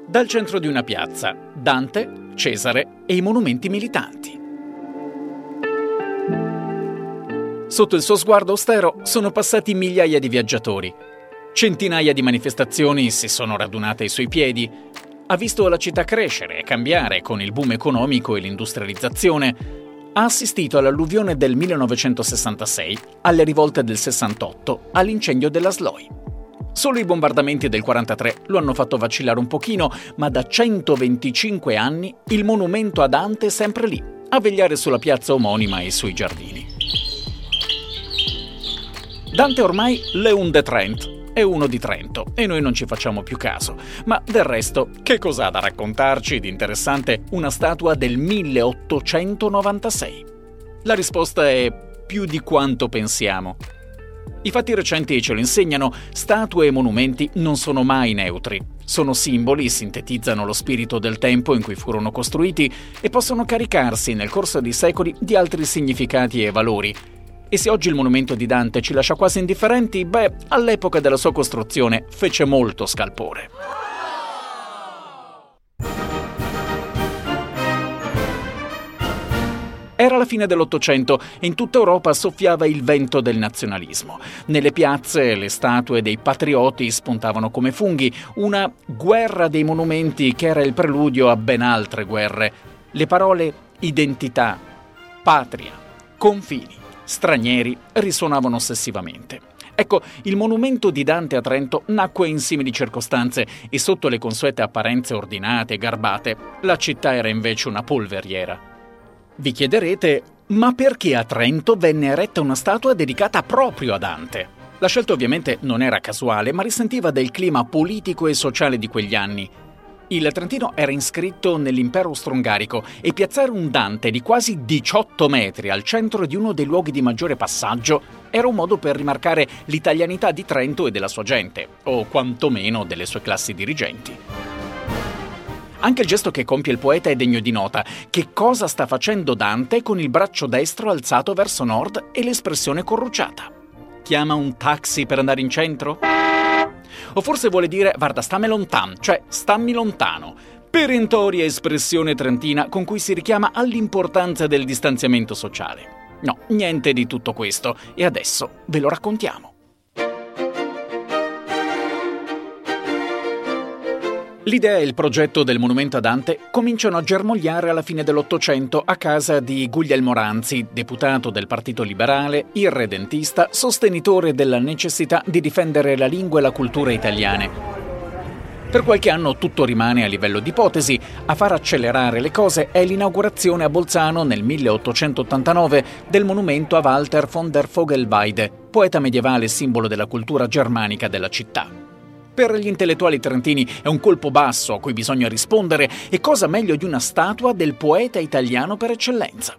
Dal centro di una piazza, Dante, Cesare e i monumenti militanti. Sotto il suo sguardo austero sono passati migliaia di viaggiatori. Centinaia di manifestazioni si sono radunate ai suoi piedi. Ha visto la città crescere e cambiare con il boom economico e l'industrializzazione. Ha assistito all'alluvione del 1966, alle rivolte del 68, all'incendio della Sloy. Solo i bombardamenti del 43 lo hanno fatto vacillare un pochino, ma da 125 anni il monumento a Dante è sempre lì, a vegliare sulla piazza omonima e sui giardini. Dante ormai Leun de Trent, è uno di Trento e noi non ci facciamo più caso. Ma del resto, che cosa ha da raccontarci di interessante una statua del 1896? La risposta è più di quanto pensiamo. I fatti recenti ce lo insegnano, statue e monumenti non sono mai neutri. Sono simboli, sintetizzano lo spirito del tempo in cui furono costruiti e possono caricarsi nel corso dei secoli di altri significati e valori. E se oggi il monumento di Dante ci lascia quasi indifferenti, all'epoca della sua costruzione fece molto scalpore. Era la fine dell'Ottocento e in tutta Europa soffiava il vento del nazionalismo. Nelle piazze le statue dei patrioti spuntavano come funghi, una guerra dei monumenti che era il preludio a ben altre guerre. Le parole identità, patria, confini, stranieri risuonavano ossessivamente. Ecco, il monumento di Dante a Trento nacque in simili circostanze e sotto le consuete apparenze ordinate e garbate, la città era invece una polveriera. Vi chiederete, ma perché a Trento venne eretta una statua dedicata proprio a Dante? La scelta ovviamente non era casuale, ma risentiva del clima politico e sociale di quegli anni. Il Trentino era iscritto nell'impero austro-ungarico e piazzare un Dante di quasi 18 metri al centro di uno dei luoghi di maggiore passaggio era un modo per rimarcare l'italianità di Trento e della sua gente, o quantomeno delle sue classi dirigenti. Anche il gesto che compie il poeta è degno di nota. Che cosa sta facendo Dante con il braccio destro alzato verso nord e l'espressione corrucciata? Chiama un taxi per andare in centro? O forse vuole dire «Guarda, stammi lontano», cioè «stammi lontano». Perentoria espressione trentina con cui si richiama all'importanza del distanziamento sociale. No, niente di tutto questo. E adesso ve lo raccontiamo. L'idea e il progetto del monumento a Dante cominciano a germogliare alla fine dell'Ottocento a casa di Guglielmo Ranzi, deputato del Partito Liberale, irredentista, sostenitore della necessità di difendere la lingua e la cultura italiane. Per qualche anno tutto rimane a livello di ipotesi. A far accelerare le cose è l'inaugurazione a Bolzano nel 1889 del monumento a Walter von der Vogelweide, poeta medievale simbolo della cultura germanica della città. Per gli intellettuali trentini è un colpo basso a cui bisogna rispondere, e cosa meglio di una statua del poeta italiano per eccellenza.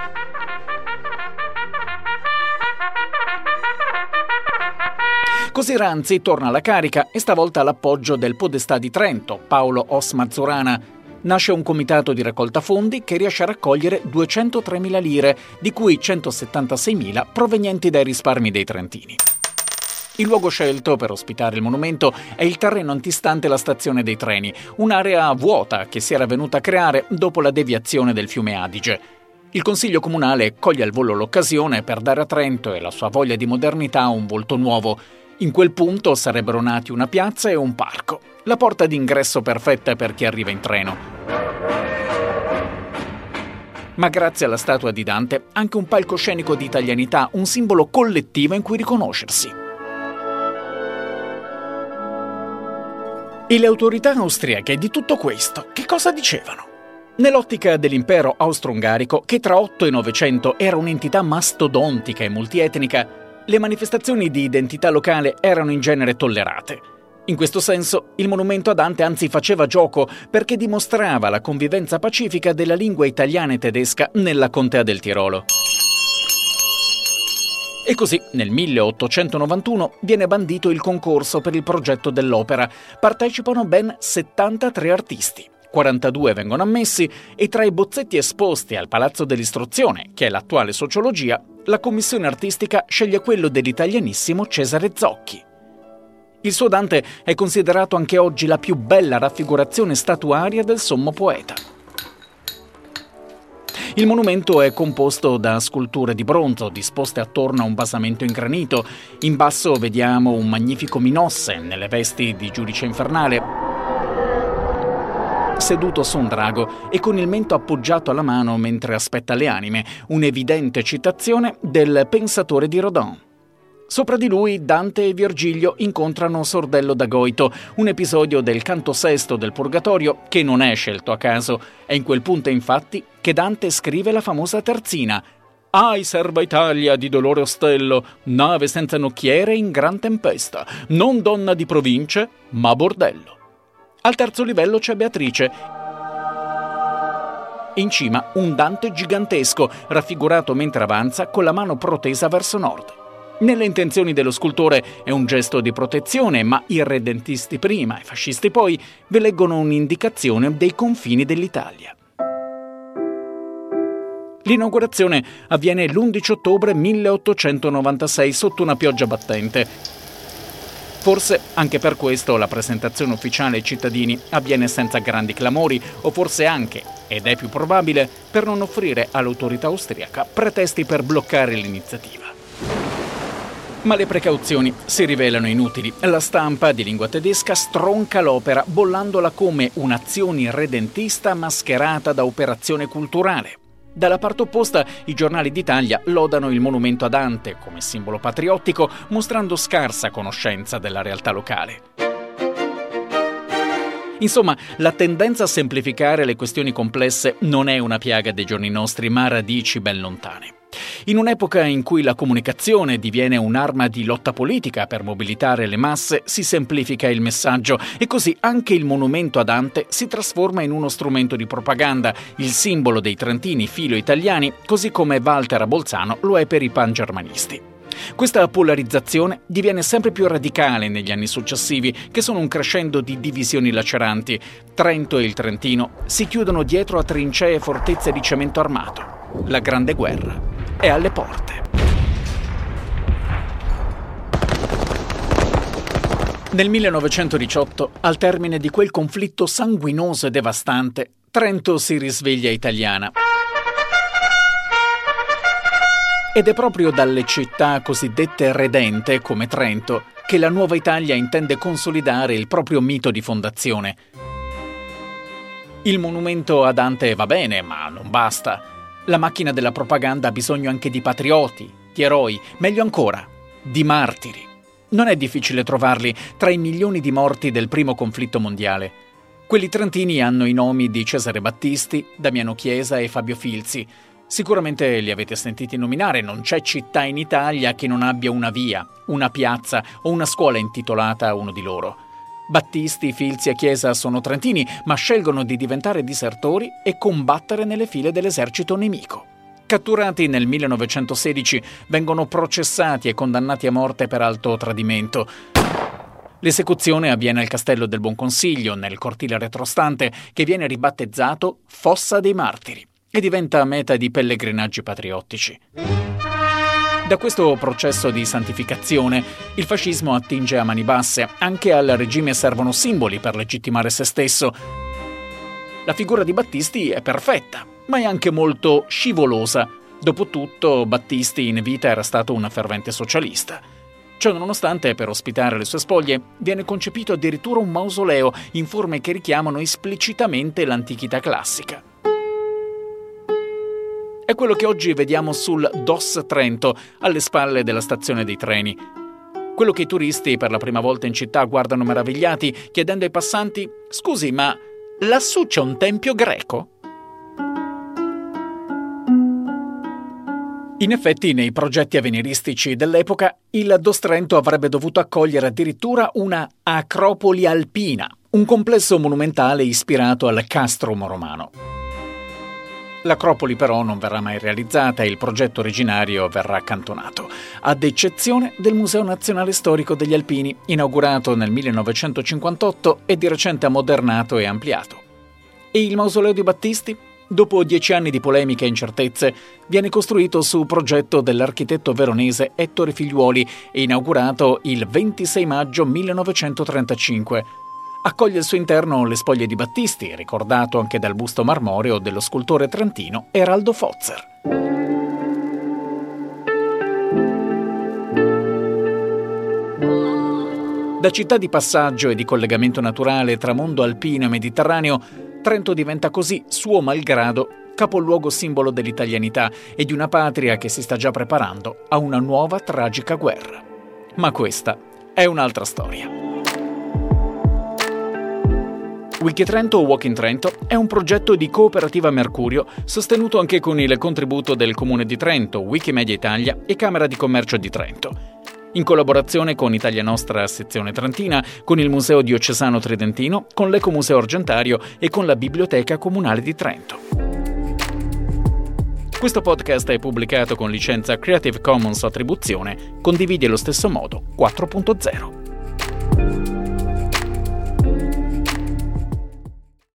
Così Ranzi torna alla carica e stavolta all'appoggio del podestà di Trento, Paolo Os Mazzurana. Nasce un comitato di raccolta fondi che riesce a raccogliere 203.000 lire, di cui 176.000 provenienti dai risparmi dei trentini. Il luogo scelto per ospitare il monumento è il terreno antistante la stazione dei treni, un'area vuota che si era venuta a creare dopo la deviazione del fiume Adige. Il Consiglio Comunale coglie al volo l'occasione per dare a Trento e la sua voglia di modernità un volto nuovo. In quel punto sarebbero nati una piazza e un parco, la porta d'ingresso perfetta per chi arriva in treno. Ma grazie alla statua di Dante, anche un palcoscenico di italianità, un simbolo collettivo in cui riconoscersi. E le autorità austriache di tutto questo che cosa dicevano? Nell'ottica dell'impero austro-ungarico, che tra 8 e 900 era un'entità mastodontica e multietnica, le manifestazioni di identità locale erano in genere tollerate. In questo senso, il monumento a Dante anzi faceva gioco perché dimostrava la convivenza pacifica della lingua italiana e tedesca nella contea del Tirolo. E così, nel 1891, viene bandito il concorso per il progetto dell'opera. Partecipano ben 73 artisti. 42 vengono ammessi e tra i bozzetti esposti al Palazzo dell'Istruzione, che è l'attuale Sociologia, la commissione artistica sceglie quello dell'italianissimo Cesare Zocchi. Il suo Dante è considerato anche oggi la più bella raffigurazione statuaria del sommo poeta. Il monumento è composto da sculture di bronzo disposte attorno a un basamento in granito. In basso vediamo un magnifico Minosse nelle vesti di giudice infernale, seduto su un drago e con il mento appoggiato alla mano mentre aspetta le anime, un'evidente citazione del Pensatore di Rodin. Sopra di lui Dante e Virgilio incontrano Sordello d'Agoito, un episodio del canto sesto del Purgatorio che non è scelto a caso. È in quel punto infatti che Dante scrive la famosa terzina: «Ahi, serva Italia di dolore ostello, nave senza nocchiere in gran tempesta, non donna di province, ma bordello». Al terzo livello c'è Beatrice. In cima un Dante gigantesco, raffigurato mentre avanza con la mano protesa verso nord. Nelle intenzioni dello scultore è un gesto di protezione, ma i redentisti prima e fascisti poi vi leggono un'indicazione dei confini dell'Italia. L'inaugurazione avviene l'11 ottobre 1896 sotto una pioggia battente. Forse anche per questo la presentazione ufficiale ai cittadini avviene senza grandi clamori, o forse anche, ed è più probabile, per non offrire all'autorità austriaca pretesti per bloccare l'iniziativa. Ma le precauzioni si rivelano inutili. La stampa di lingua tedesca stronca l'opera, bollandola come un'azione redentista mascherata da operazione culturale. Dalla parte opposta, i giornali d'Italia lodano il monumento a Dante come simbolo patriottico, mostrando scarsa conoscenza della realtà locale. Insomma, la tendenza a semplificare le questioni complesse non è una piaga dei giorni nostri, ma ha radici ben lontane. In un'epoca in cui la comunicazione diviene un'arma di lotta politica per mobilitare le masse, si semplifica il messaggio e così anche il monumento a Dante si trasforma in uno strumento di propaganda, il simbolo dei trentini filo-italiani, così come Walter a Bolzano lo è per i pangermanisti. Questa polarizzazione diviene sempre più radicale negli anni successivi, che sono un crescendo di divisioni laceranti. Trento e il Trentino si chiudono dietro a trincee e fortezze di cemento armato. La Grande Guerra è alle porte. Nel 1918, al termine di quel conflitto sanguinoso e devastante, Trento si risveglia italiana. Ed è proprio dalle città cosiddette redente, come Trento, che la nuova Italia intende consolidare il proprio mito di fondazione. Il monumento a Dante va bene, ma non basta. La macchina della propaganda ha bisogno anche di patrioti, di eroi, meglio ancora, di martiri. Non è difficile trovarli tra i milioni di morti del primo conflitto mondiale. Quelli trentini hanno i nomi di Cesare Battisti, Damiano Chiesa e Fabio Filzi. Sicuramente li avete sentiti nominare, non c'è città in Italia che non abbia una via, una piazza o una scuola intitolata a uno di loro. Battisti, Filzi e Chiesa sono trentini, ma scelgono di diventare disertori e combattere nelle file dell'esercito nemico. Catturati nel 1916, vengono processati e condannati a morte per alto tradimento. L'esecuzione avviene al Castello del Buon Consiglio, nel cortile retrostante, che viene ribattezzato Fossa dei Martiri e diventa meta di pellegrinaggi patriottici. Da questo processo di santificazione, il fascismo attinge a mani basse. Anche al regime servono simboli per legittimare se stesso. La figura di Battisti è perfetta, ma è anche molto scivolosa. Dopotutto, Battisti in vita era stato un fervente socialista. Ciò nonostante, per ospitare le sue spoglie, viene concepito addirittura un mausoleo in forme che richiamano esplicitamente l'antichità classica. È quello che oggi vediamo sul DOS Trento, alle spalle della stazione dei treni. Quello che i turisti per la prima volta in città guardano meravigliati, chiedendo ai passanti: «Scusi, ma lassù c'è un tempio greco?» In effetti, nei progetti avveniristici dell'epoca, il DOS Trento avrebbe dovuto accogliere addirittura una acropoli alpina, un complesso monumentale ispirato al castrum romano. L'acropoli però non verrà mai realizzata e il progetto originario verrà accantonato, ad eccezione del Museo Nazionale Storico degli Alpini, inaugurato nel 1958 e di recente ammodernato e ampliato. E il mausoleo di Battisti? Dopo 10 anni di polemiche e incertezze, viene costruito su progetto dell'architetto veronese Ettore Figliuoli e inaugurato il 26 maggio 1935. Accoglie al suo interno le spoglie di Battisti, ricordato anche dal busto marmoreo dello scultore trentino Eraldo Fozzer. Da città di passaggio e di collegamento naturale tra mondo alpino e mediterraneo, Trento diventa così, suo malgrado, capoluogo simbolo dell'italianità e di una patria che si sta già preparando a una nuova tragica guerra. Ma questa è un'altra storia. Wikitrento Walk in Trento è un progetto di Cooperativa Mercurio sostenuto anche con il contributo del Comune di Trento, Wikimedia Italia e Camera di Commercio di Trento. In collaborazione con Italia Nostra Sezione Trentina, con il Museo Diocesano Tridentino, con l'Ecomuseo Argentario e con la Biblioteca Comunale di Trento. Questo podcast è pubblicato con licenza Creative Commons Attribuzione, condividi allo stesso modo 4.0.